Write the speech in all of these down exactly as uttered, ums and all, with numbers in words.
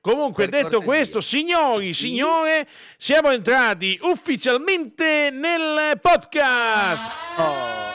Comunque, per detto cortesia. questo, signori, signore, siamo entrati ufficialmente nel podcast. Oh.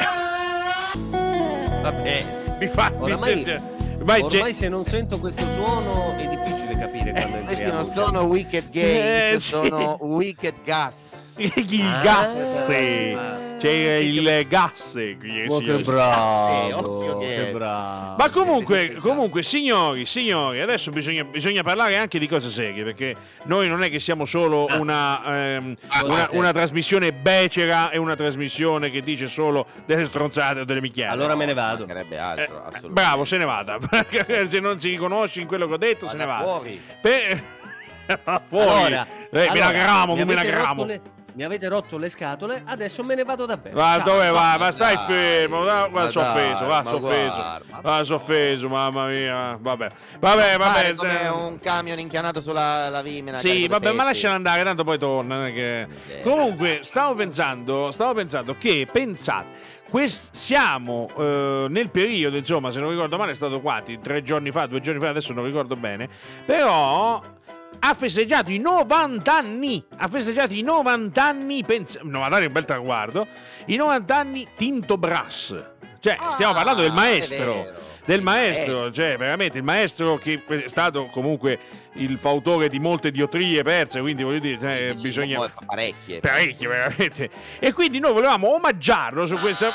Vabbè, Mi fa Oramai, vai, ormai Ge- se non sento questo suono è difficile capire quando questi entriamo. non sono Wicked Games, Eh, sì. sono Wicked Gas. il Ah. gas. C'è il gas. Oh, che Sì, bravo, occhio che- che bravo. Ma comunque, Siete dei comunque, signori, signori, adesso bisogna, bisogna parlare anche di cose serie, perché noi non è che siamo solo una, ehm, una, sì. una trasmissione becera e una trasmissione che dice solo delle stronzate o delle minchiate. Allora me ne vado. Mancherebbe Eh, altro, assolutamente. bravo, se ne vada. Se non si riconosce in quello che ho detto, se ne Vada vada. fuori. Per... fuori. Allora, Eh, me la allora, gramo, mi come la avete gramo. rotto le- Mi avete rotto le scatole, adesso me ne vado davvero. Va, Ciao. dove vai? Ma ma stai dai, fermo, va, ma sono dai, offeso, va, ma sono offeso, guarda, va, sono offeso, mamma mia, vabbè, vabbè, Fare vabbè, come eh, un camion inchianato sulla la vimena. sì, carico di vabbè, ma petti. lasciala andare, tanto poi torna, non è che... Sì. Comunque, stavo pensando, stavo pensando che, pensate, quest- siamo eh, nel periodo, insomma, se non ricordo male è stato quanti, tre giorni fa, due giorni fa, adesso non ricordo bene, però... ha festeggiato i novanta anni, ha festeggiato i novanta anni, pensa, novanta anni è un bel traguardo, i novanta anni Tinto Brass, cioè stiamo Ah, parlando del è maestro, vero. del Il maestro, maestro. cioè veramente il maestro che è stato comunque il fautore di molte diotrie perse, quindi voglio dire, eh, Sì, bisogna... poi parecchie. parecchie veramente, e quindi noi volevamo omaggiarlo su questa...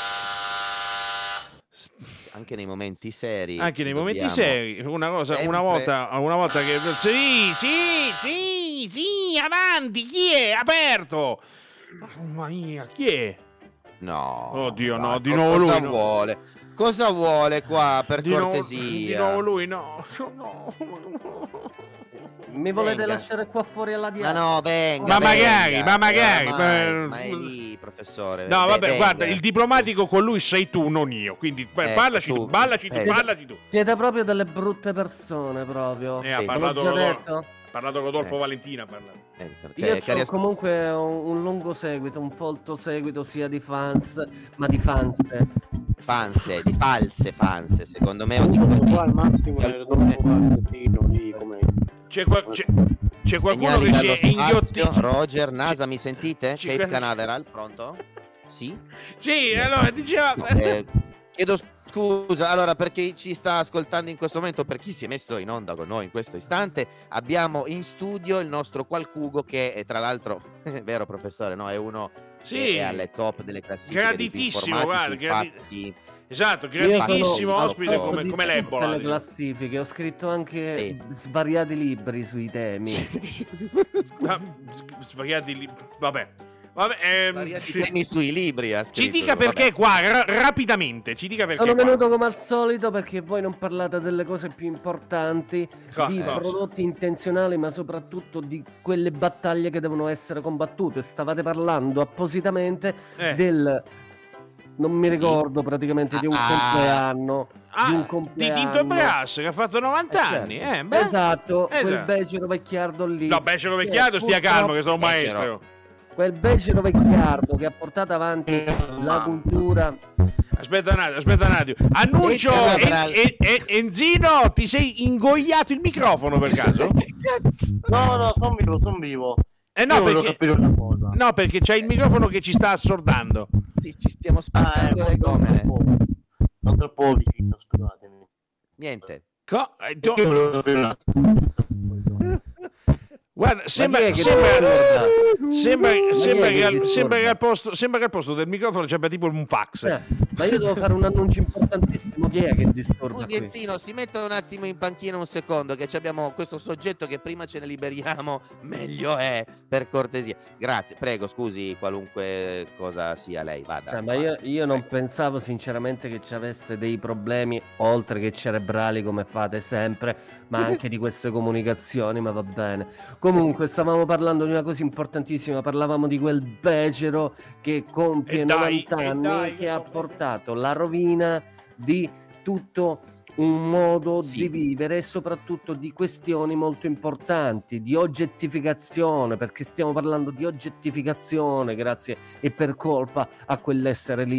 Anche nei momenti seri. Anche nei momenti dobbiamo- seri, una cosa, sempre- una volta, una volta che sì, sì, sì, sì, avanti, chi è? Aperto. Mamma mia, chi è? No. Oddio, no, dai, di co- nuovo cosa lui, no. vuole? Cosa vuole qua, per Di nuovo, cortesia? di nuovo lui, no, no. Mi volete Venga. lasciare qua fuori alla Ma diaria? no, venga. Ma magari, venga. ma magari, Eh, ormai- ma- ma è lì, professore. No, Ve- vabbè, venga. guarda, il diplomatico con lui sei tu, non io. Quindi Ecco, parlaci tu, tu, parlaci tu, eh. parlaci tu. Siete proprio delle brutte persone, proprio. Eh, ha Sì. parlato L'ho già Rodolfo, detto? ha parlato Rodolfo Eh. Valentina, ha parlato. Eh, Io che- che ho ries- comunque un, un lungo seguito, un folto seguito sia di fans, ma di fans. fanse, di false fanse, secondo me. O di, Uno di- qua al massimo di è alcune- troppo marchettino lì come C'è, qual- c'è, c'è qualcuno segnali che si dallo è inghiottito. spazio. Roger, NASA, mi sentite? ci- Cape Canaveral, pronto? Sì? Sì, allora diceva... Eh, chiedo scusa, allora per chi ci sta ascoltando in questo momento, per chi si è messo in onda con noi in questo istante, abbiamo in studio il nostro Qualcugo che è tra l'altro, è vero professore, no? È uno Sì. che è alle top delle classifiche dei più Graditissimo, informatici, guarda, gradi- infatti, Esatto, Io sono graditissimo al ospite top come, di come tutte l'Ebola. le classifiche, ho scritto anche Sì. svariati libri sui temi. Ah, svariati li- Vabbè. Vabbè, ehm, Svariati sì. temi sui libri ha Ci scritto, dica vabbè. perché qua, ra- rapidamente, ci dica perché Sono qua. venuto come al solito perché voi non parlate delle cose più importanti, Co- di cosa? prodotti intenzionali, ma soprattutto di quelle battaglie che devono essere combattute. Stavate parlando appositamente Eh. del... non mi Sì. ricordo praticamente di un Ah. compleanno. Ah, di un di compleanno. Tinto Brass che ha fatto novanta Eh, anni. certo. Eh, beh. Esatto, quel Esatto. becero vecchiardo lì. No, Becero che Vecchiardo, stia calmo che sono un Becero. maestro. Quel becero vecchiardo che ha portato avanti la cultura. Aspetta un attimo, aspetta un attimo. Annuncio, E- En- En- En- Enzino, ti sei ingoiato il microfono per caso? Che cazzo? No, no, sono vivo, sono vivo. Eh no, Io volevo perché, capire una cosa. no, perché c'hai il microfono che ci sta assordando. Sì, ci stiamo Ah, spaccando eh, le non gomere. troppo, non troppo vicino, scusatemi. Niente. Co- eh, Io to- volevo capire una Guarda, sembra, chi è che sembra, ti sembra, chi è sembra che che, al, disturba? sembra che al posto, sembra che al posto del microfono c'abbia tipo un fax. Eh, ma io devo fare un annuncio importantissimo. Chi è che disturba Scusi qui? Enzino, si metta un attimo in panchina un secondo che ci abbiamo questo soggetto che prima ce ne liberiamo meglio è, per cortesia. Grazie, prego, scusi qualunque cosa sia lei, vada. Cioè, ma io, io non pensavo sinceramente che ci avesse dei problemi oltre che cerebrali come fate sempre, ma anche di queste comunicazioni, ma va bene. Comunque stavamo parlando di una cosa importantissima, parlavamo di quel becero che compie E dai, novanta e anni, dai, che ha che- portato la rovina di tutto un modo Sì. di vivere e soprattutto di questioni molto importanti, di oggettificazione, perché stiamo parlando di oggettificazione grazie e per colpa a quell'essere lì.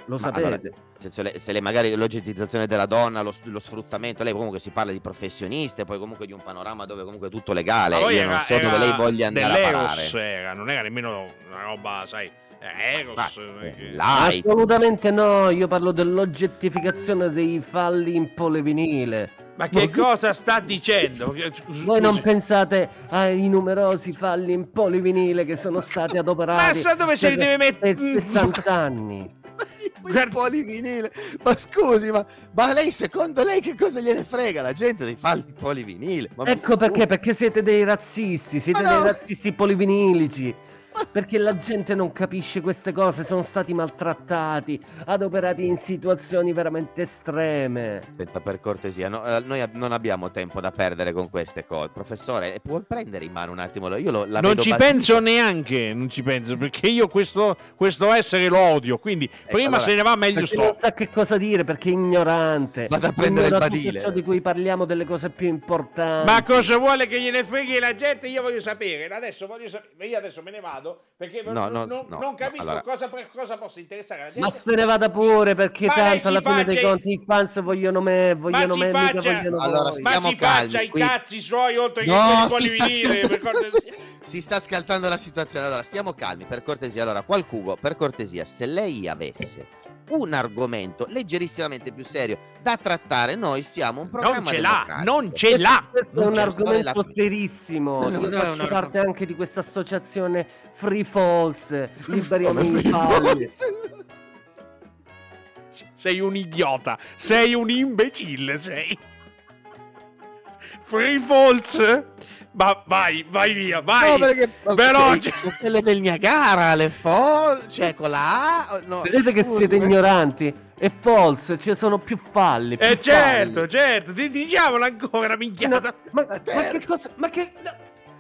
Lo Ma sapete. allora, se, le, se le magari l'oggettizzazione della donna, lo, lo sfruttamento, lei comunque si parla di professioniste, poi comunque di un panorama dove comunque è tutto legale. Ma poi Io era- non so era dove lei voglia andare a dell'Eros parare. era, non era nemmeno una roba, sai, era Eros. Ma- non è che- Light. Assolutamente no, io parlo dell'oggettificazione dei falli in polivinile. Ma che cosa sta dicendo? Scusi. Voi non pensate ai numerosi falli in polivinile che sono stati adoperati Ma sa dove se li per- deve mettere? per sessanta anni? Il polivinile. Ma scusi, ma, ma lei secondo lei che cosa gliene frega la gente dei falli polivinile? Ma mi Ecco perché, perché siete dei razzisti, siete Ma no. dei razzisti polivinilici. Perché la gente non capisce queste cose, sono stati maltrattati, adoperati in situazioni veramente estreme. Senta, per cortesia, no, eh, noi ab- non abbiamo tempo da perdere con queste cose. Professore, eh, può prendere in mano un attimo? Io lo, la Non vedo ci basita. penso neanche, non ci penso, perché io questo, questo essere lo odio, quindi prima allora, se ne va meglio Perché sto. non sa che cosa dire, perché è ignorante. Vado a prendere il Ignora tutto badile. ciò di cui parliamo, delle cose più importanti. Ma cosa vuole che gliene freghi la gente? Io voglio sapere, adesso voglio sapere, io adesso me ne vado, perché No, non, no, non- no, non capisco no, allora- cosa, per cosa possa interessare la gente. Ma se ne vada pure, perché Ma lei tanto si alla fine dei faccia- conti i fans vogliono me, vogliono si me, mica faccia- vogliono Allora, voi. Ma stiamo si calmi, faccia i qui- cazzi suoi oltre che No, quelli si sta polivinile, per scaldando. cortesia. Si sta scaltando la situazione. Allora, stiamo calmi, per cortesia. Allora, qualcuno, per cortesia, se lei avesse un argomento leggerissimamente più serio da trattare, noi siamo un programma Non ce l'ha, democratico. non ce l'ha. Questo è Non un c'è, argomento storia- serissimo. No, no, Io no, faccio è un parte argomento- anche di questa associazione Free Falls. Liberiamo Come i falli. Sei un idiota, sei un imbecille, sei. Free Falls? Ma vai, vai via, vai. No, perché Veloce. cioè, sono quelle del Niagara, le fall, cioè con la A. No, Vedete che scusi, siete ma- ignoranti? È false, ci sono più falli. Più Eh certo, falli. certo, di- diciamolo ancora, No, minchiata. ma, ma che cosa? Ma che. no.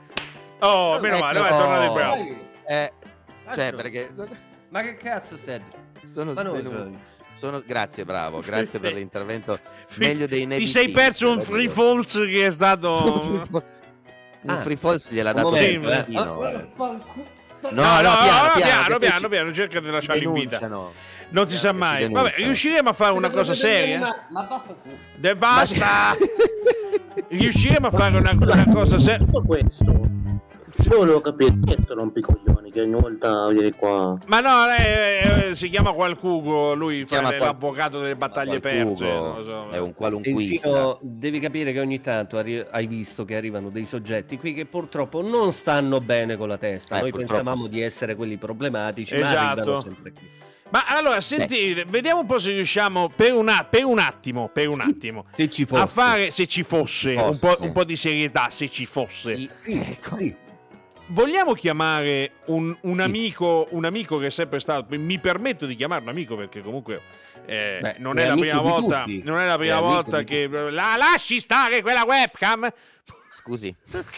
Oh, meno male, vai, Ecco. tornate bravo. Eh, cioè, Lascio. perché Ma che cazzo stai? sono Ma non svenuto. Sono, grazie, bravo, grazie per l'intervento Free- meglio dei Ti Navy sei Seals, perso un lo Free dico. Falls che è stato... Un Ah. free falls gliel'ha Un dato momento, un eh. pochino, eh. Ah, No, no, no, piano, piano, piano, che piano, ci- piano, cerca di lasciarli in vita. denunciano. Non si sa Piano, che mai. ci Vabbè, denunciano. riusciremo a fare una cosa seria? Ma, ma vaffanculo. De basta! Riusciremo a fare una, una cosa seria? Tutto questo. Io volevo capire perché rompicoglioni che ogni volta viene qua. Ma no, eh, eh, si chiama qualcuno, lui Si fa chiama qual- l'avvocato delle battaglie Qualcuno perse. Non lo so. è un qualunquista. Enzino, devi capire che ogni tanto arri- hai visto che arrivano dei soggetti qui che purtroppo non stanno bene con la testa. Eh, Noi purtroppo pensavamo sì. di essere quelli problematici, Esatto. ma arrivano sempre qui. Ma allora, sentite, vediamo un po' se riusciamo per un, a- per un attimo, per un attimo, Se ci fosse. a fare, se ci fosse, Ci Un, fosse. po', un po' di serietà, se ci fosse. Sì, Sì, ecco. sì. Vogliamo chiamare un, un amico, un amico che è sempre stato, mi permetto di chiamarlo amico perché comunque eh, Beh, non è è la amico prima di volta, tutti. non è la È prima amico volta di che la lasci stare quella webcam. Scusi.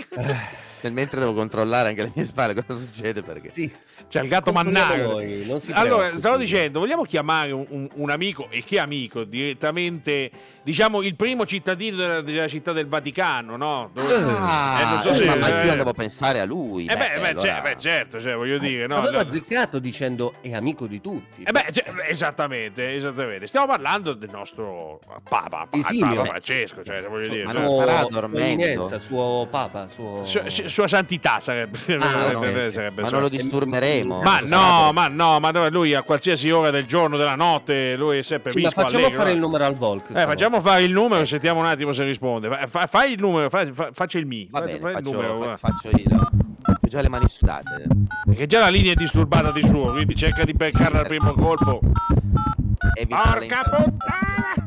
Nel mentre devo controllare anche le mie spalle cosa succede perché Sì. C'è il gatto Controlliamo mannaro. noi, non si Allora, preoccupi. stavo dicendo, vogliamo chiamare un, un- un amico, e che amico, direttamente, diciamo, il primo cittadino della, della città del Vaticano, no? Dove- Ah, eh, non so eh, se- ma ma eh, io devo pensare a lui. Eh beh, beh, allora- cioè, beh, certo, cioè, voglio dire, no? Avevo no. azzeccato dicendo è amico di tutti. Eh beh, cioè, esattamente, esattamente. Stiamo parlando del nostro Papa, Esimio. Papa Francesco, cioè, voglio dire, Ma cioè, non Suo- starà sua dormendo? eminenza, suo papa, suo... su- su- sua santità sarebbe. Ah, no, sarebbe- ok. sarebbe Ma sua- non lo disturberemo. Ma Non no, sarà- ma no, ma no, lui a qualsiasi ora del giorno, della notte, lui è sempre Sì, ma visco, facciamo allegro, fare no? il numero al Volk. Eh, stavolta. facciamo fare il numero, sentiamo un attimo se risponde. Fa- fa- fai il numero, fa- fa- faccia il mi. Va Fa- bene, fai il faccio, numero, fa- guarda. faccio io. Ho già le mani sudate. Perché già la linea è disturbata di suo, quindi cerca di beccarla al primo colpo. Evita Porca l'inter- puttana!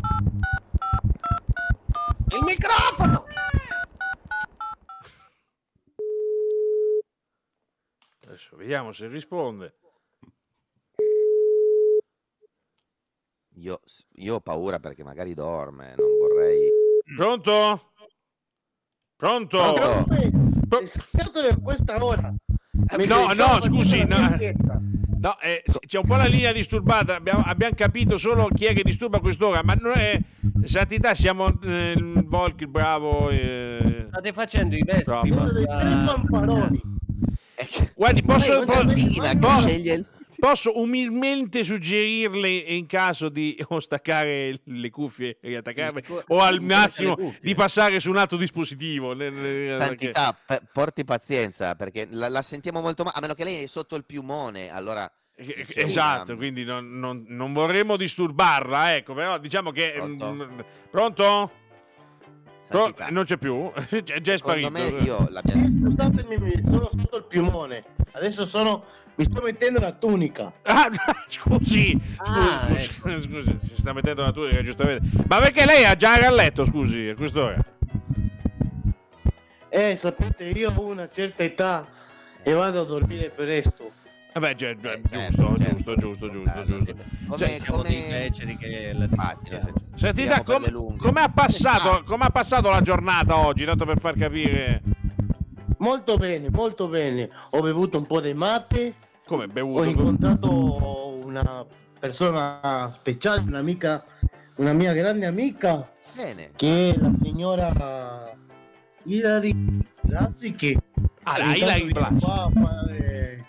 Il microfono! Adesso vediamo se risponde. Io, io ho paura perché magari dorme, non vorrei... Pronto? Pronto? Pronto? Pro- Scatole a questa ora. Eh, no, no, scusi, no. No, eh, s- c'è un po' la linea disturbata, abbiamo, abbiamo capito solo chi è che disturba a quest'ora, ma non è... Santità, siamo eh, il Volk, il bravo... eh. State facendo i vesti. Bravo. ma- Uno dei tre lamparoni. È che- Guardi, posso... Lei è una po- mattina che po- sceglie il... posso umilmente suggerirle in caso di o staccare le cuffie e riattaccarle o al massimo di passare su un altro dispositivo. Santità, pe- porti pazienza perché la, la sentiamo molto male, a meno che lei è sotto il piumone, allora... Esatto, una... quindi non, non, non vorremmo disturbarla, ecco, però diciamo che... Pronto? Mh, pronto? Pro- non c'è più, è già sparito. Me io l'abbiamo... Scusatemi, sono sotto il piumone, adesso sono... mi sto mettendo la tunica. Ah, scusi, Ah, scusi, ecco. scusi, si sta mettendo la tunica giustamente. Ma perché lei ha già a letto, scusi, a quest'ora? Eh, sapete, io ho una certa età e vado a dormire presto. Vabbè, già, già, Eh, giusto, certo, giusto, certo. giusto, giusto, Eh, giusto. come- Cioè, Siamo come- dei beceri che la Infatti, discutiamo. Sentite, Andiamo per com- le lunghe. come ha passato, Esatto. come ha passato la giornata oggi, tanto per far capire Molto bene, molto bene. Ho bevuto un po' di mate, come è ho bevuto. incontrato una persona speciale, un'amica, una mia grande amica, Bene. che è la signora Hilary Blasi, che Ah, la ogni tanto Hilary viene Blasi. qua a fare-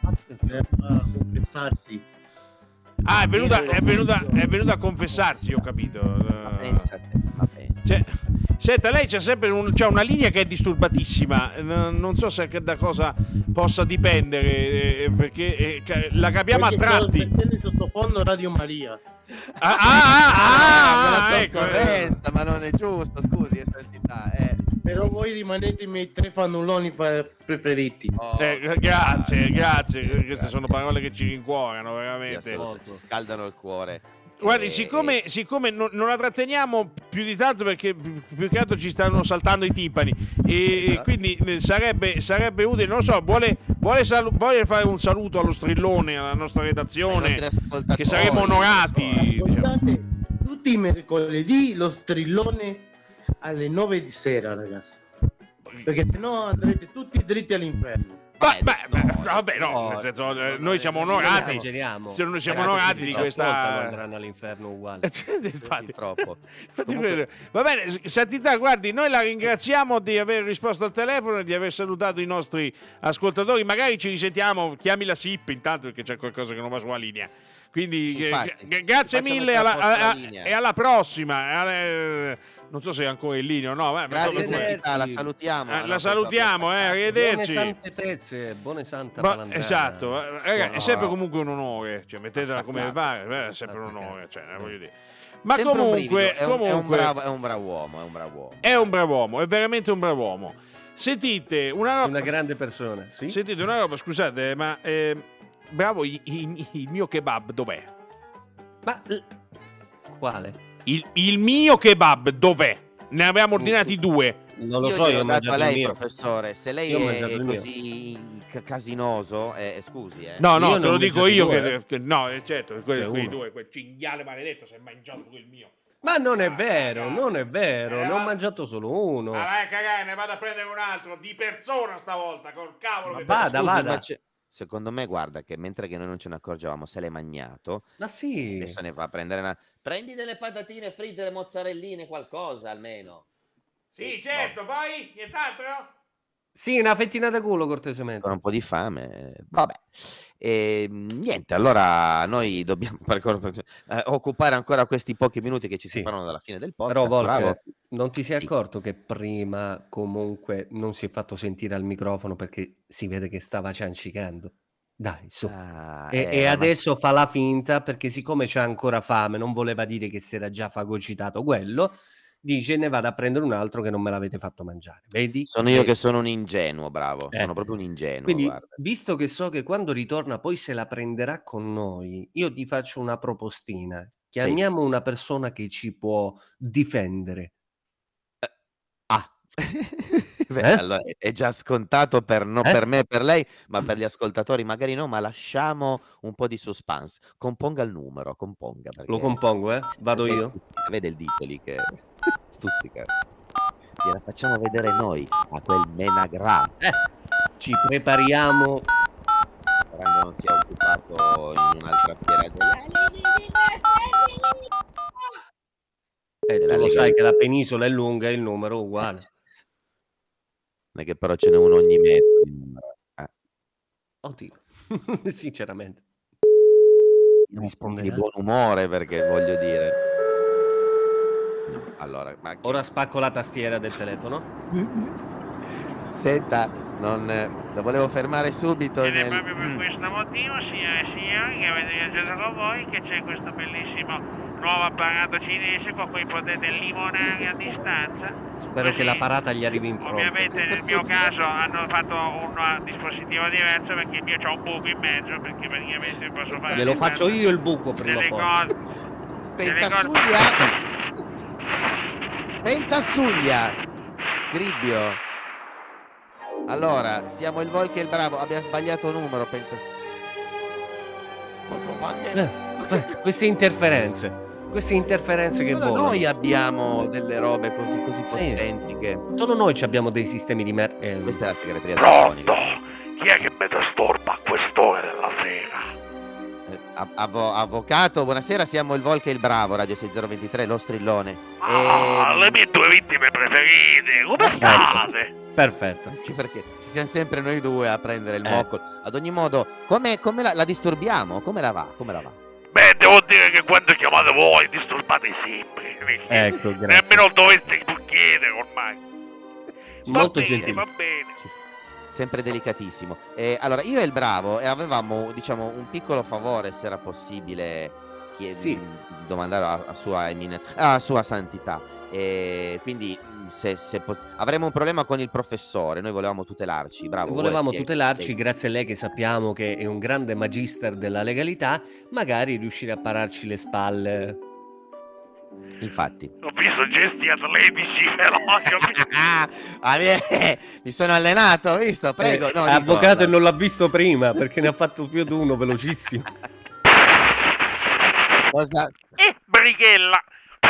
a confessarsi. Ah, è venuta, Io- è venuta, è venuta a confessarsi, ho capito. Ma pensa a te, ma pensa. Cioè, senta, lei c'è sempre un- c'è una linea che è disturbatissima. N- non so se da cosa possa dipendere, eh, perché eh, ca- la capiamo a Perché tratti. sto mettendo in sottofondo Radio Maria. Ah, ah, ah, Ah, ah, la ecco. concorrenza, ma non è giusto, scusi, è santità. Eh. Però voi rimanete i miei tre fannulloni fa- preferiti. Oh, Eh, grazie, grazie. Queste grazie. sono parole che ci rincuorano, Sì, veramente. assolutamente, ci scaldano il cuore. Guardi, Eh, siccome, siccome non, non la tratteniamo più di tanto perché più più che altro ci stanno saltando i timpani e Esatto. quindi eh, sarebbe, sarebbe utile, non lo so, vuole, vuole, salu- vuole fare un saluto allo strillone, alla nostra ai redazione, nostri ascoltatori, che saremo onorati. non so, eh. diciamo. Ascoltate, tutti i mercoledì lo strillone alle nove di sera, ragazzi. Perché sennò andrete tutti dritti all'inferno. Beh, Eh, beh, no, beh, no, vabbè, no, no, nel senso, eh, no, noi no, siamo non onorati. esageriamo. Se noi siamo Ragazzi, onorati si di Ci ascoltano, questa. andranno all'inferno uguale. Cioè, infatti, Purtroppo. infatti Comunque- quello- va bene, S- Santità, guardi, noi la ringraziamo di aver risposto al telefono e di aver salutato i nostri ascoltatori. Magari ci risentiamo, chiami la S I P intanto perché c'è qualcosa che non va sulla linea. Quindi Sì, eh, infatti, gra- sì, grazie faccia mille mettere a alla- posto la a- linea. e alla prossima. Eh, non so se è ancora in linea o no. eh, Grazie, insomma, Grazie, santità, la Sergi. salutiamo. eh, no, la salutiamo, eh, Buone arrivederci. sante pezze, buone santa Ma- palandrana. esatto, eh, raga, è Buona- sempre comunque un onore, cioè, mettetela Basta come chiaro. pare, è sempre un Basta onore, cioè, chiaro. voglio dire. Ma Sempre un comunque, brivido, è un, è un comunque bravo, è un bravo uomo, è un bravo uomo. è un bravo uomo, è veramente un bravo uomo. Sentite, una roba, Una grande persona, sì? sentite una roba, scusate, ma eh, bravo, i- i- il mio kebab dov'è? Ma l- quale? Il, il mio kebab dov'è? Ne avevamo Mm. ordinati due. Non lo Io so, io gliel'ho ho dato a mangiato il lei, mio. professore. Se lei Io ho è mangiato il mio. così ca- casinoso, eh, scusi, eh. No, no, Io te ne ho lo dico mangiati io due, che, eh. che- no, eh, certo, que- Cioè, quei uno. due, quel cinghiale maledetto si è mangiato pure il mio. Ma non è vero, non è vero, Eh, ne ho va- mangiato solo uno. Ma vai a cagare, ne vado a prendere un altro di persona stavolta, col cavolo Ma che vada, Scusi, vada. ma c'è- secondo me, guarda, che mentre che noi non ce ne accorgevamo, se l'è magnato, Ma sì. adesso ne va a prendere una... Prendi delle patatine fritte, delle mozzarelline, qualcosa almeno. Sì, certo, poi nient'altro? Sì, una fettina da culo, Con cortesemente. un po' di fame, vabbè. E, niente, allora noi dobbiamo eh, occupare ancora questi pochi minuti che ci Sì. separano dalla fine del podcast. Però, Volker, bravo. non ti sei Sì. accorto che prima comunque non si è fatto sentire al microfono perché si vede che stava ciancicando? Dai, su. Ah, E, eh, e ma- adesso fa la finta perché siccome c'ha ancora fame, non voleva dire che si era già fagocitato quello, dice ne vado a prendere un altro che non me l'avete fatto mangiare. Vedi? Sono io Vedi? che sono un ingenuo, bravo. Eh. Sono proprio un ingenuo, Quindi, guarda. visto che so che quando ritorna poi se la prenderà con noi, io ti faccio una propostina. Chiamiamo una persona che ci può difendere. Ah. Beh, Eh? allora, è- è già scontato per, no- Eh? per me e per lei, ma per gli ascoltatori magari no, ma lasciamo un po' di suspense. Componga il numero, componga. Lo perché- compongo, eh? Vado perché io? stuzzica, vede il dito lì che stuzzica. Gliela facciamo vedere noi a quel menagra. Eh, ci prepariamo. Sperando non sia occupato in un'altra fiera della... Eh, della tu lo Lega. sai che la penisola è lunga e il numero è uguale. Non è che però ce n'è uno ogni metro di numero. Eh. Oddio, sinceramente. risponderà. di buon umore, perché voglio dire. Allora, ma Ora spacco la tastiera del telefono. senta, non lo volevo fermare subito. Ed è Nel... proprio per Mm. questo motivo, signore e signori, che avete viaggiato con voi, che c'è questo bellissimo nuovo apparato cinese con cui potete limonare a distanza. Spero Così, che la parata gli arrivi in fronte. ovviamente nel mio caso hanno fatto un uh, dispositivo diverso perché il mio c'ha un buco in mezzo, perché praticamente posso fare... Glielo faccio io il buco prima o delle poi. cose... delle cose... Pentasuglia. Pentasuglia. Gribbio. Allora, siamo il Volk e il Bravo. Abbiamo sbagliato numero. Penta... Eh, queste interferenze. Queste interferenze che Solo volano. noi abbiamo delle robe così, così Sì. potenti che... Solo noi ci abbiamo dei sistemi di mer... eh, Questa è la segreteria Pronto? telefonica. Chi è che mi disturba a quest'ora della sera? Eh, av- avvo- avvocato, buonasera, siamo il Volk e il Bravo, Radio sei zero due tre, lo strillone. Ah, Ehm, le mie due vittime preferite, come Ecco. state? Perfetto. Anche perché ci siamo sempre noi due a prendere il Eh. moccolo. Ad ogni modo, come, come la, la disturbiamo? Come la va? Come la va? Beh, devo dire che quando chiamate voi disturbate sempre. Ecco, grazie. Nemmeno dovete chiedere ormai. Va Molto bene, gentile. Va bene. Sempre delicatissimo. Eh, allora, io e il Bravo eh, avevamo, diciamo, un piccolo favore, se era possibile chied- Sì. domandare a, a sua emine- a sua santità. E quindi mh, se, se pos- avremo un problema con il professore, noi volevamo tutelarci. Bravo, vuole Volevamo spiegare? tutelarci, Spieghi. grazie a lei che sappiamo che è un grande magister della legalità, magari riuscire a pararci le spalle. Infatti. Ho visto gesti atletici, veloci. Ah, ah, eh, mi sono allenato, visto? Prego. Eh, No, è dico, avvocato e la- non l'ha visto prima perché ne ha fatto più di uno velocissimo. Cosa, Eh, brighella.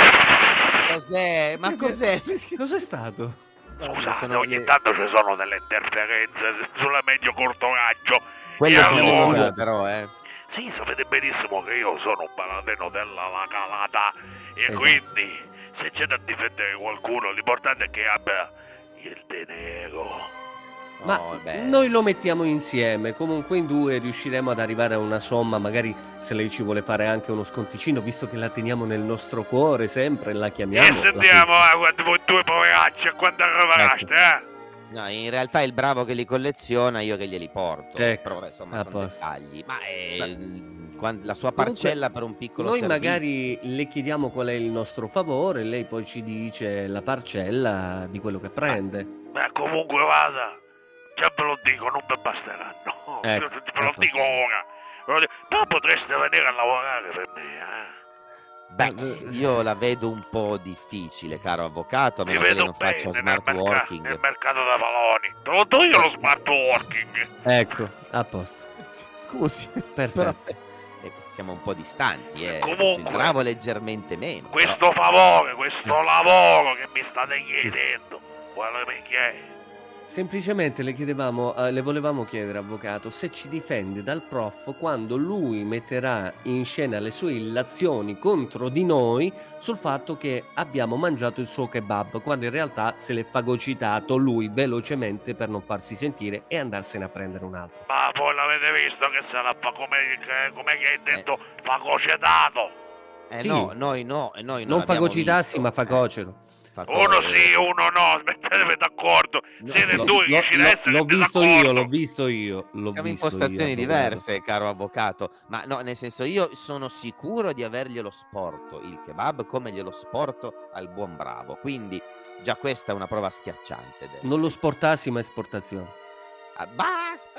cos'è? Ma cos'è? Cos'è stato? Scusate, Sono ogni le- tanto ci sono delle interferenze sulla medio-corto raggio. Quelle E sono le allora- sue, però, eh. Sì, sapete benissimo che io sono un paladino della la calata e Esatto. quindi se c'è da difendere qualcuno l'importante è che abbia il denaro. Ma Oh, beh. noi lo mettiamo insieme, comunque in due riusciremo ad arrivare a una somma, magari se lei ci vuole fare anche uno sconticino, visto che la teniamo nel nostro cuore sempre, la chiamiamo. E la sentiamo pensiamo. eh, quando voi due poveracci a quando arrivereste, eh? No, in realtà è il Bravo che li colleziona, io che glieli porto. Ecco, Però vabbè, insomma, a sono posto. dettagli. Ma è Beh. il- quan- la sua Comunque, parcella per un piccolo Noi servizio. magari le chiediamo qual è il nostro favore, lei poi ci dice la parcella di quello che prende. Beh, comunque vada, già ve lo dico, non vi basteranno. Ecco, ve lo a dico posto. ora. Ve lo dico. Però potreste venire a lavorare per me, eh? Beh, Eh, io la vedo un po' difficile, caro avvocato, a Mi meno che lei vedo non bene faccia nel, smart merca- working. nel mercato da valori. Te lo do io lo smart working. Ecco, a posto. Scusi, però Perfetto. eh, siamo un po' distanti, eh. Comunque, il Bravo leggermente meno. Questo favore, questo lavoro che mi state chiedendo, quale mi chiede? Semplicemente le chiedevamo, eh, le volevamo chiedere, avvocato, se ci difende dal prof quando lui metterà in scena le sue illazioni contro di noi sul fatto che abbiamo mangiato il suo kebab, quando in realtà se l'è fagocitato lui velocemente per non farsi sentire e andarsene a prendere un altro. Ma voi l'avete visto che se la fa come, che- come che hai detto, fagocitato? Eh Sì. no, noi no, e noi Non l'abbiamo fagocitassi, visto. ma Eh, fagocero. faco- Uno eh, sì, uno no, mettetevi d'accordo. Siete l'ho- due L'ho, riuscite a l'ho- essere l'ho in visto disaccordo. io, l'ho visto io. L'ho Siamo visto impostazioni io, avvocato. diverse, caro avvocato. Ma no, nel senso, io sono sicuro di averglielo sporto il kebab come glielo sporto al buon Bravo. Quindi già questa è una prova schiacciante. del- Non lo sportassi, ma esportazione. Ah, basta!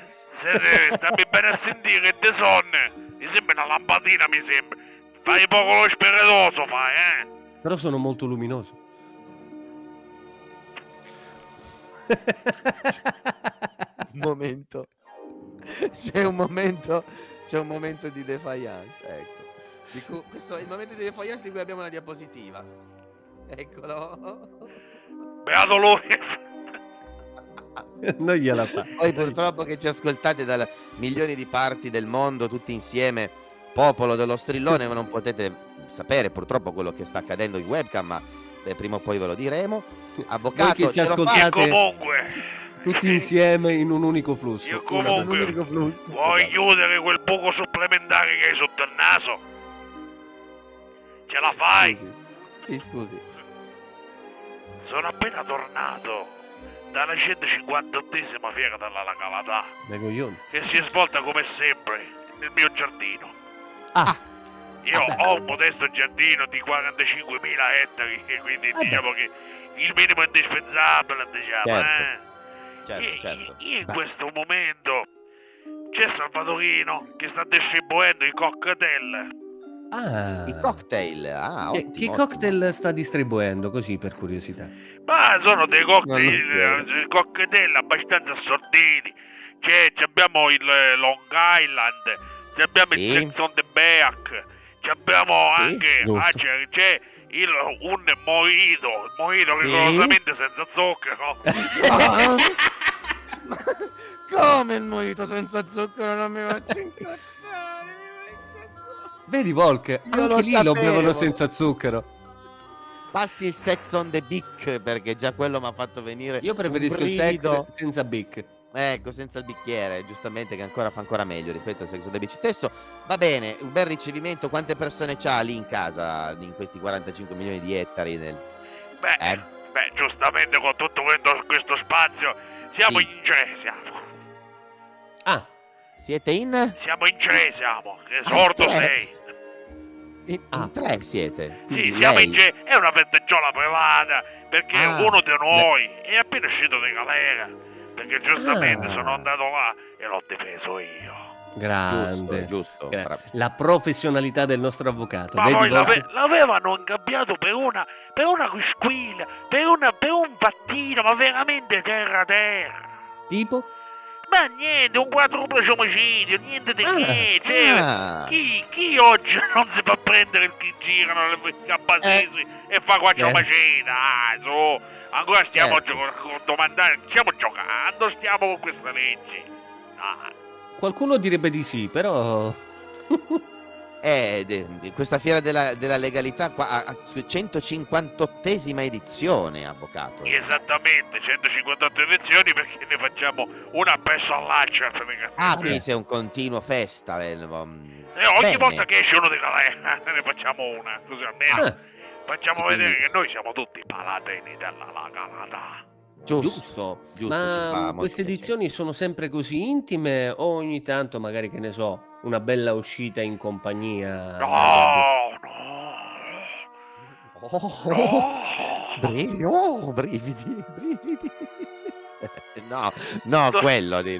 Siete, stammi bene a sentire che te sonne. Mi sembra una lampadina, mi sembra. Fai poco lo spiritoso, fai, eh? Però sono molto luminoso. Un momento. C'è un momento. C'è un momento di defiance. Ecco. Di cui- questo è il momento di defiance di cui abbiamo una diapositiva. Eccolo. Beato lui. Non gliela fa. Poi purtroppo che ci ascoltate da milioni di parti del mondo tutti insieme, popolo dello strillone, non potete sapere purtroppo quello che sta accadendo in webcam, ma eh, prima o poi ve lo diremo. Avvocato, Voi che ci ce lo fa? E ascoltate- comunque, tutti insieme in un unico flusso. Io Un comunque unico flusso. vuoi Esatto. chiudere quel buco supplementare che hai sotto il naso? Ce la fai? Scusi. Sì, scusi. Sono appena tornato dalla centocinquantottesima fiera della Località, Dai coglioni. che si è svolta come sempre nel mio giardino. Ah, Io vabbè. ho un modesto giardino di quarantacinquemila ettari, e quindi Vabbè. diciamo che il minimo indispensabile, diciamo, Certo. eh. Certo, E- certo. in Beh. questo momento c'è Salvatorino che sta distribuendo i cocktail. Ah. I cocktail. Ah, Che, ottimo, che ottimo. cocktail sta distribuendo, così per curiosità? Ma sono dei Non lo cocktail, chiedo. eh, cocktail abbastanza assortiti. C'è, c'è abbiamo il eh, Long Island, c'è abbiamo Sì. il Sex on the Beach, c'è abbiamo Sì, anche giusto. ah, c'è, c'è il, un mojito, il mojito Sì. rigorosamente senza zucchero. Ah, ma come il mojito senza zucchero? Non mi faccio incazzare, mi fa incazzare. Vedi Volk, Io anche lo lì lo sapevo. bevono senza zucchero. Passi il sex on the beak, perché già quello mi ha fatto venire Io preferisco un il sex brivido. senza bic. Ecco, senza il bicchiere, giustamente, che ancora fa ancora meglio rispetto al sex on the beach stesso. Va bene, un bel ricevimento. Quante persone c'ha lì in casa, in questi quarantacinque milioni di ettari? Nel... Beh, Eh? beh, giustamente con tutto questo, questo spazio siamo Sì. in tre, siamo. Ah, Siete in? Siamo in tre, siamo. Che sordo tre? sei. In, Ah. in tre siete? Sì, Quindi siamo lei- in tre. È una festeggiola privata, perché Ah. uno di noi è appena uscito di galera. Perché giustamente Ah. sono andato là e l'ho difeso io. grande. Giusto, giusto. Gra- bravo. La professionalità del nostro avvocato. Ma Vedi, poi Volk? l'ave- l'avevano ingabbiato per una per una quisquilla, per una per un pattino, ma veramente terra terra. Tipo? Ma niente, un quadruplo omicidio, niente di Ah. che. Cioè, Ah. chi, chi oggi non si fa prendere il chi girano le cappasesi e fa quattro Eh. macina? Ah, su, ancora stiamo Certo. gio- domandando, stiamo giocando, stiamo con queste leggi. Ah. Qualcuno direbbe di sì, però... Eh, de- de- questa fiera della, della legalità qua a, a centocinquantottesima edizione, avvocato. Esattamente, centocinquantotto elezioni, perché ne facciamo una presso all'accia. Ah, quindi sei un continuo festa. eh, um, E ogni bene. volta che esce uno di galera ne facciamo una, così almeno Ah, facciamo sì, vedere quindi- che noi siamo tutti paladini della Località. Giusto, giusto. giusto, ci fa Ma molto queste piacere. edizioni sono sempre così intime o ogni tanto magari, che ne so, una bella uscita in compagnia? No, no, Oh, no. brividi, oh, brividi, brividi. No, no, quello di...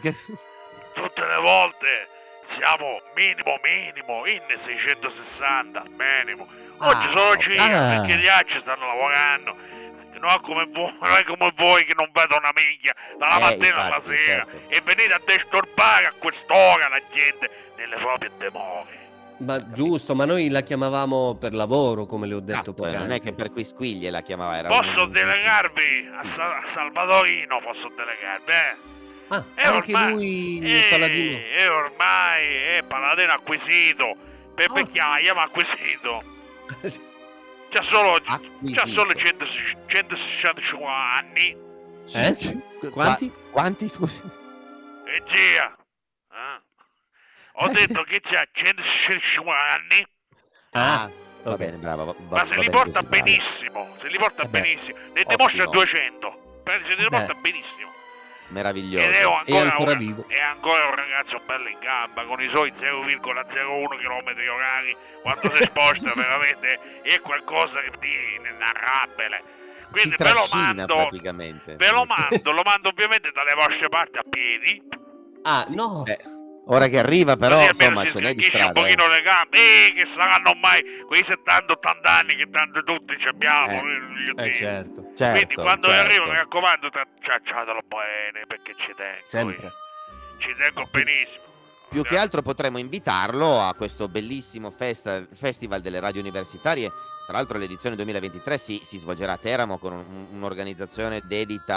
Tutte le volte siamo minimo minimo in seicentosessanta, minimo. Oggi Ah, sono ok. cinque, Ah. perché gli altri stanno lavorando. Non è come voi, non è come voi che non vedo una miglia dalla Eh, mattina alla infatti, sera certo. e venite a disturbare a quest'ora la gente nelle proprie dimore. Ma giusto, ma noi la chiamavamo per lavoro, come le ho detto Esatto, eh, non è poc'anzi. che per quisquiglie la chiamava, era Posso un- delegarvi a, Sa- a Salvatorino, posso delegarvi, eh? Ah, E anche ormai- lui il E, paladino. e ormai è paladino acquisito, Peppe Ah. Chiaia ma acquisito. C'ha solo, Acquisito. c'ha solo cento centosessantacinque anni. Eh? Qu- Quanti? qua- quanti, scusi? E zia, eh? Ho detto che c'ha centosessantacinque anni, Ah, va ok. bene, bravo. va- ma va se li bene porta così, bravo. benissimo, se li porta Eh beh, benissimo, ne dimostra ottimo. duecento, perché se li Eh porta beh. benissimo. Meraviglioso. Ed è È ancora, ancora un, vivo. è ancora un ragazzo bello in gamba, con i suoi zero virgola zero uno km orari, quando si sposta veramente è qualcosa di inenarrabile. Si Quindi ve lo trascina mando, praticamente. ve lo mando, lo mando ovviamente dalle vostre parti a piedi, Ah, Sì, no. eh, ora che arriva però, così almeno insomma, si ce n'è di sgricchisce un strada. eh. pochino le gambe, eh, che saranno ormai quei settanta ottanta anni che tanto tutti ci abbiamo. Eh. voglio Eh dire. certo, Certo, Quindi quando certo. arrivo, mi raccomando, tracciatelo bene, perché ci tengo. sempre. io. Ci tengo benissimo. Più che altro potremmo invitarlo a questo bellissimo festa- festival delle radio universitarie. Tra l'altro l'edizione duemilaventitré si, si svolgerà a Teramo con un- un'organizzazione dedita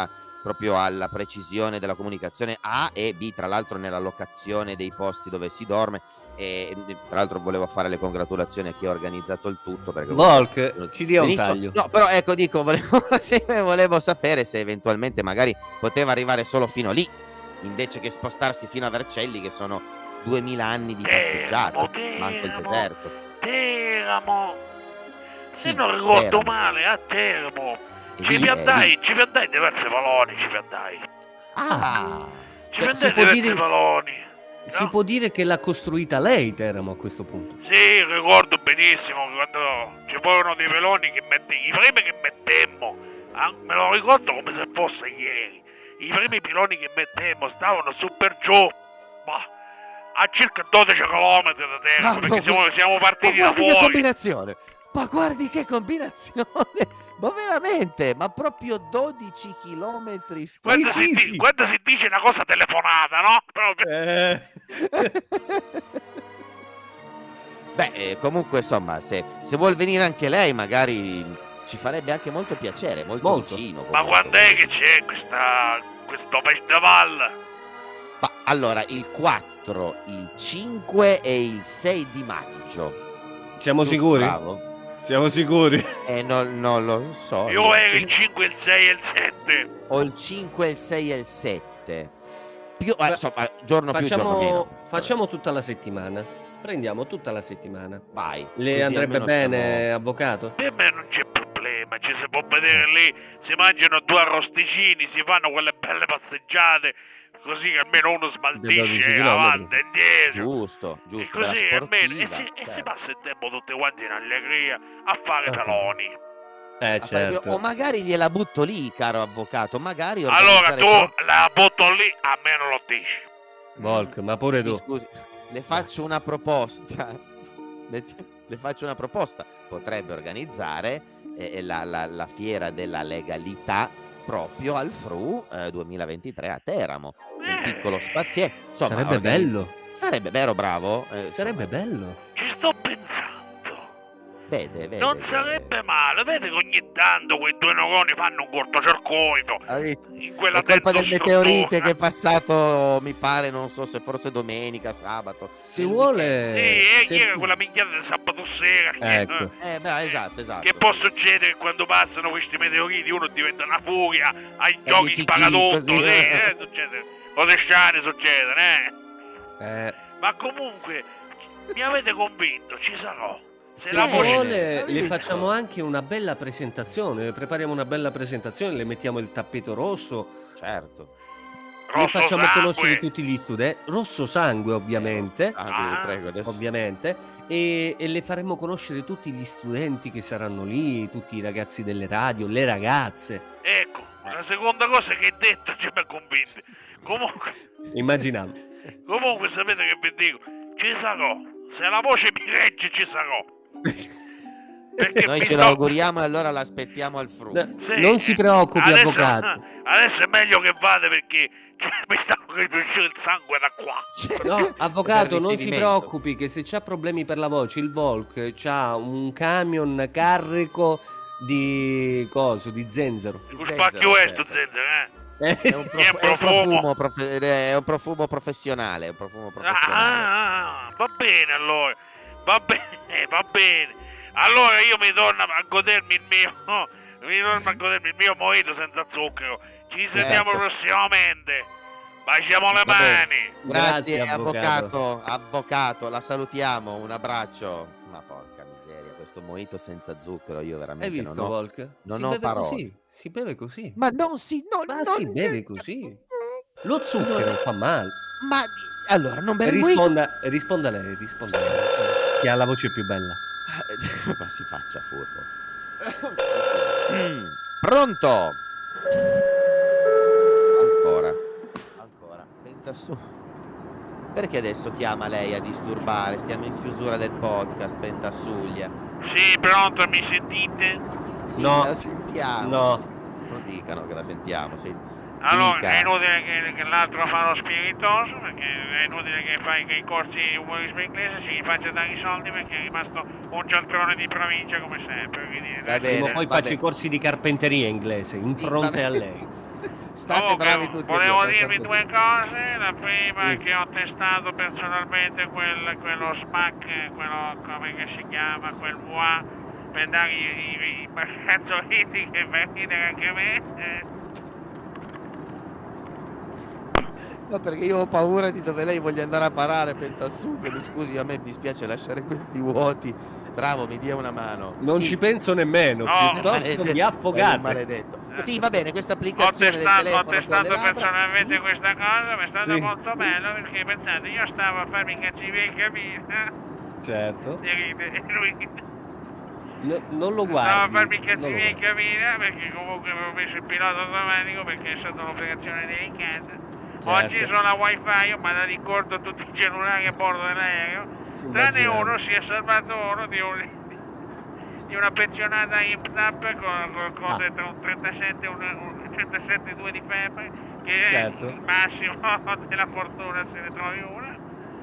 proprio alla precisione della comunicazione A e B, tra l'altro nella locazione dei posti dove si dorme. E tra l'altro volevo fare le congratulazioni a chi ha organizzato il tutto, perché Volk, ci dia un benissimo. taglio. No, però ecco, dico, volevo, sì, volevo sapere se eventualmente magari poteva arrivare solo fino lì, invece che spostarsi fino a Vercelli, che sono duemila anni di passeggiata, Teramo, manco il Teramo, deserto. Teramo. Se Sì, non ricordo Teramo. male, a Teramo E ci lì, piantai, eh, lì. ci piantai diverse valoni, ci piantai. Ah, Ci Cioè, si piantai può diversi dire- valoni. Si no? può dire che l'ha costruita lei Teramo a questo punto. Sì, ricordo benissimo che quando ci furono dei veloni che mette, i primi che mettemmo, ah, me lo ricordo come se fosse ieri. I primi piloni che mettemmo stavano su per giù, ma a circa dodici chilometri da terra, Ah, perché no, siamo, siamo ma partiti da guardi che fuori. combinazione! Ma guardi che combinazione! Ma veramente, ma proprio dodici chilometri Quando si, Precisi. di- quando si dice una cosa telefonata, no? Proprio. Eh. Beh, eh, comunque insomma, se, se vuol venire anche lei, magari ci farebbe anche molto piacere, molto, Molto. vicino. Ma comunque. quando è che c'è questa, questo festival? Ma allora, il quattro, il cinque e il sei di maggio. Siamo Giusto, sicuri? bravo? Siamo sicuri? Eh, non, non lo so. Io ero il cinque, il sei e il sette. Ho il cinque, il sei e il sette. Più, eh, Fa- insomma, giorno più, giorno Facciamo, meno. facciamo tutta la settimana. Prendiamo tutta la settimana. Vai. Le così andrebbe almeno bene, siamo- avvocato? Per me non c'è problema, ci si può vedere lì, si mangiano due arrosticini, si fanno quelle belle passeggiate, così che almeno uno dodici smaltisce chilometri. avanti e indietro. Giusto, E giusto. così della almeno, e sportiva, si, e si certo. passa il tempo tutti quanti in allegria a fare Ok. feloni. Eh, A fare- certo. O magari gliela butto lì, caro avvocato. Magari Allora organizzare tu proprio- la butto lì, a me non lo dici. Volk, ma pure Mi tu. scusi, le faccio una proposta. Metti- Le faccio una proposta. Potrebbe organizzare eh, la, la- la fiera della legalità proprio al F R U eh, duemilaventitré a Teramo. Un Eh, piccolo spazietto. Insomma, Sarebbe organizz- bello. Sarebbe vero, bravo. Eh, Sarebbe insomma, bello. Ci sto pensando. Vede, vede. Non vede. sarebbe male, vede che ogni tanto quei due neuroni fanno un cortocircuito Ha visto? in quella È colpa del mezzostruttura. meteorite che è passato, mi pare, non so se forse domenica, sabato. Se Nel vuole... Sì, e se- ieri quella minchiata di sabato sera. che- Ecco. weekend. Eh, beh, esatto, esatto. Che può succedere che quando passano questi meteoriti uno diventa una furia, ai giochi dici spaga chi, tutto, così, sì, eh. eh, succede. Cose strane succedono, eh. Eh, Ma comunque mi avete convinto, ci sarò. Se Sì, la se voce- voce vuole, hai le visto? facciamo anche una bella presentazione. Le prepariamo una bella presentazione, le mettiamo il tappeto rosso. Certo. Le rosso facciamo sangue. conoscere tutti gli studenti. Rosso sangue, ovviamente. Ah, quindi, Ah, prego, adesso. Ovviamente. E, e le faremo conoscere tutti gli studenti che saranno lì, tutti i ragazzi delle radio, le ragazze. Ecco, la seconda cosa che hai detto ci mi ha convinto. Comunque, Immaginavo. comunque sapete che vi dico, ci sarò. Se la voce mi regge ci sarò. Perché Noi mi ce sto- l'auguriamo e allora l'aspettiamo al F R U. No, Sì, non si preoccupi, adesso, avvocato. Adesso è meglio che vada perché cioè, mi sta uscendo il sangue da qua. No, avvocato, non si Arricchimento. preoccupi che se c'ha problemi per la voce, il Volk c'ha un camion carico di coso, di zenzero. Con Zenzero, spacchio questo, certo. zenzero, eh? Eh, È un, prof- Che è un profumo. profumo profe- è un profumo professionale, è un profumo professionale. Ah, va bene allora, va bene, va bene. Allora io mi torno a godermi il mio, mi torno a godermi il mio mojito senza zucchero. Ci sentiamo Certo. prossimamente. Baciamo le Va bene. mani. Grazie, Grazie, avvocato. avvocato. avvocato, la salutiamo, un abbraccio. Ma porca miseria, questo mojito senza zucchero io veramente Hai visto, non ho... Volk? non si ho beve parole. così, si beve così. Ma non si... No, Ma non- si beve così. Lo zucchero fa male. Ma allora, non bere il mojito? Risponda, risponda lei, risponda lei. Che ha la voce più bella. Ma si faccia furbo. Mm, Pronto? Ancora. Ancora. Senta su. Perché adesso chiama lei a disturbare? Stiamo in chiusura del podcast, Pentasuglia. Sì, pronto, mi sentite? Sì, No. la sentiamo. No. Non dicano che la sentiamo, sì. Allora, Dica. è inutile che, che l'altro fa lo spiritoso, perché è inutile che fai che i corsi di umorismo inglese si faccia dare i soldi perché è rimasto un cialtrone di provincia come sempre. Quindi, Va bene. Prima o poi va faccio bene. i corsi di carpenteria inglese in Sì, fronte va a bene. lei. State Comunque, bravi tutti e volevo due, dirvi penso due così. cose. La prima Sì. è che ho testato personalmente quel, quello smack, quello come che si chiama, quel V A, per dare i, i, i marcazzolini che per ridere anche a me. eh. No, perché io ho paura di dove lei voglia andare a parare, Pentasuglia. Mi scusi, a me dispiace lasciare questi vuoti. Bravo, mi dia una mano. Non Sì. ci penso nemmeno, No. piuttosto Maledetto, mi sei un affogate. maledetto. Sì, va bene, questa Ho applicazione del testato, ho telefono con le testato labbra. personalmente Sì. questa cosa, ma è stato Sì. molto bello perché pensate, io stavo a farmi i cazzi miei in cabina Certo. e ride, e lui No, non lo stavo a guardi. farmi i cazzi non lo miei in guardi. cabina perché comunque avevo messo il pilota automatico perché è stata un'operazione delicata. Certo. Oggi sono a wifi, ho mandato in corto tutti i cellulari a bordo dell'aereo, tranne Immaginavo. uno, si è salvato uno di, un, di una pensionata in P N A P con, con cose Ah. tra un trentasette e un, un trentasette e due di febbre, che Certo. è il massimo della fortuna se ne trovi una.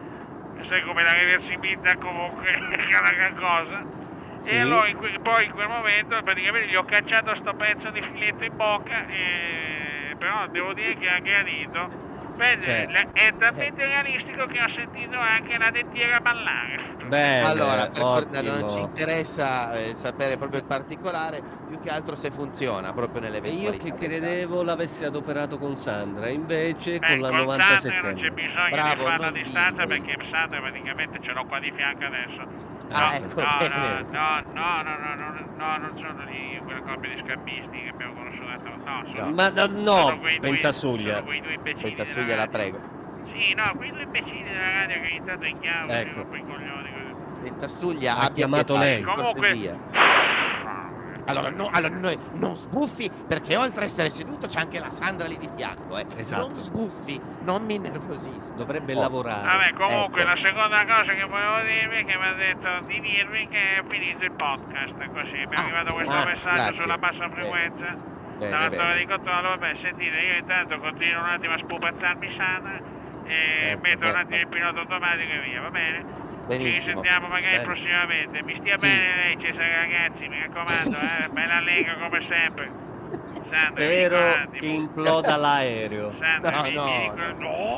E sai come la reversibilità comunque è una gran cosa. Sì. E allora in que- poi in quel momento praticamente gli ho cacciato sto pezzo di filetto in bocca, e... però devo dire che ha gradito. Beh, Cioè. le- è talmente realistico che ho sentito anche la dettiera ballare. Bene, Allora, per cor- ottimo. non ci interessa eh, sapere proprio il particolare, più che altro se funziona proprio E nell'eventualità. io che del caso. credevo l'avesse adoperato con Sandra, invece Eh, con la con Sandra non c'è novantasettenne. bisogno Bravo, di farla a non distanza dire. perché Sandra praticamente ce l'ho qua di fianco adesso. No, Ah, ecco, no, no, bene. no, no, no, no, no, no, non sono lì quella coppia di scambisti che abbiamo conosciuto. No, sono, No. Ma no, sono no, quei due- Pentasuglia. sono quei due imbecilli Pentasuglia, della la radio. prego. Sì, no, quei due imbecilli della radio che ogni tanto chiamano, Ecco. ecco. Quei coglioni così. Pentasuglia, Ha abbia chiamato pietà, lei. per Comunque- cortesia. Allora, no, allora noi non sbuffi, perché oltre a essere seduto c'è anche la Sandra lì di fianco, eh. Esatto. Non sbuffi, non mi innervosisco. Dovrebbe Oh. lavorare. Vabbè, comunque Ecco. la seconda cosa che volevo dirvi è che mi ha detto di dirvi che è finito il podcast, così mi è Ah, arrivato questo ah, messaggio grazie. sulla bassa Bene. frequenza Bene, dalla torre bene. di controllo. Vabbè, sentite, io intanto continuo un attimo a spupazzarmi sana e Ecco, metto un ecco. attimo il pilota automatico e via, va bene? Ci Benissimo. risentiamo magari Bene. prossimamente. Mi stia Sì. bene lei, Cesare, ragazzi, mi raccomando, eh, bella lega come sempre. Sandra, Spero mi ricordi, che imploda l'aereo. Sandra, No, mi, mi no, ricordi-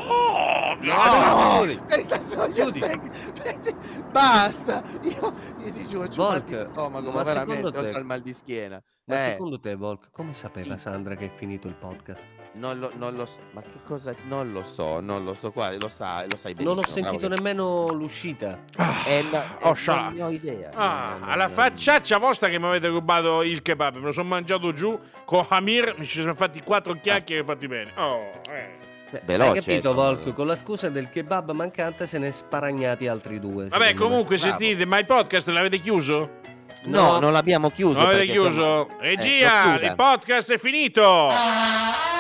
no, No, No, chiudi. Pentasuglia, Chiudi. aspetta. Basta. Io, io ti giuro, c'ho un mal di Volk, stomaco, ma ma veramente, secondo te- oltre al mal di schiena. Ma Eh, secondo te, Volk, come sapeva Sì. Sandra che è finito il podcast? non lo, non lo so. Ma che cosa? Non lo so, non lo so. Qua lo sa, lo sai benissimo. Non ho sentito bravo che- nemmeno l'uscita. Eh, no, eh, Oh, scià. non ne ho idea. Ah, No, no, alla no, facciaccia vostra che mi avete rubato il kebab, me lo sono mangiato giù con Hamir, mi ci sono fatti quattro chiacchiere fatti bene. Oh, eh. Beh, Veloce, hai capito, insomma. Volk? Con la scusa del kebab mancante se ne è sparagnati altri due. Vabbè, secondo me. comunque Bravo. sentite, ma il podcast l'avete chiuso? No, non l'abbiamo chiuso. Non l'avete perché, chiuso? insomma, eh, Regia, lo chiuda. il podcast è finito!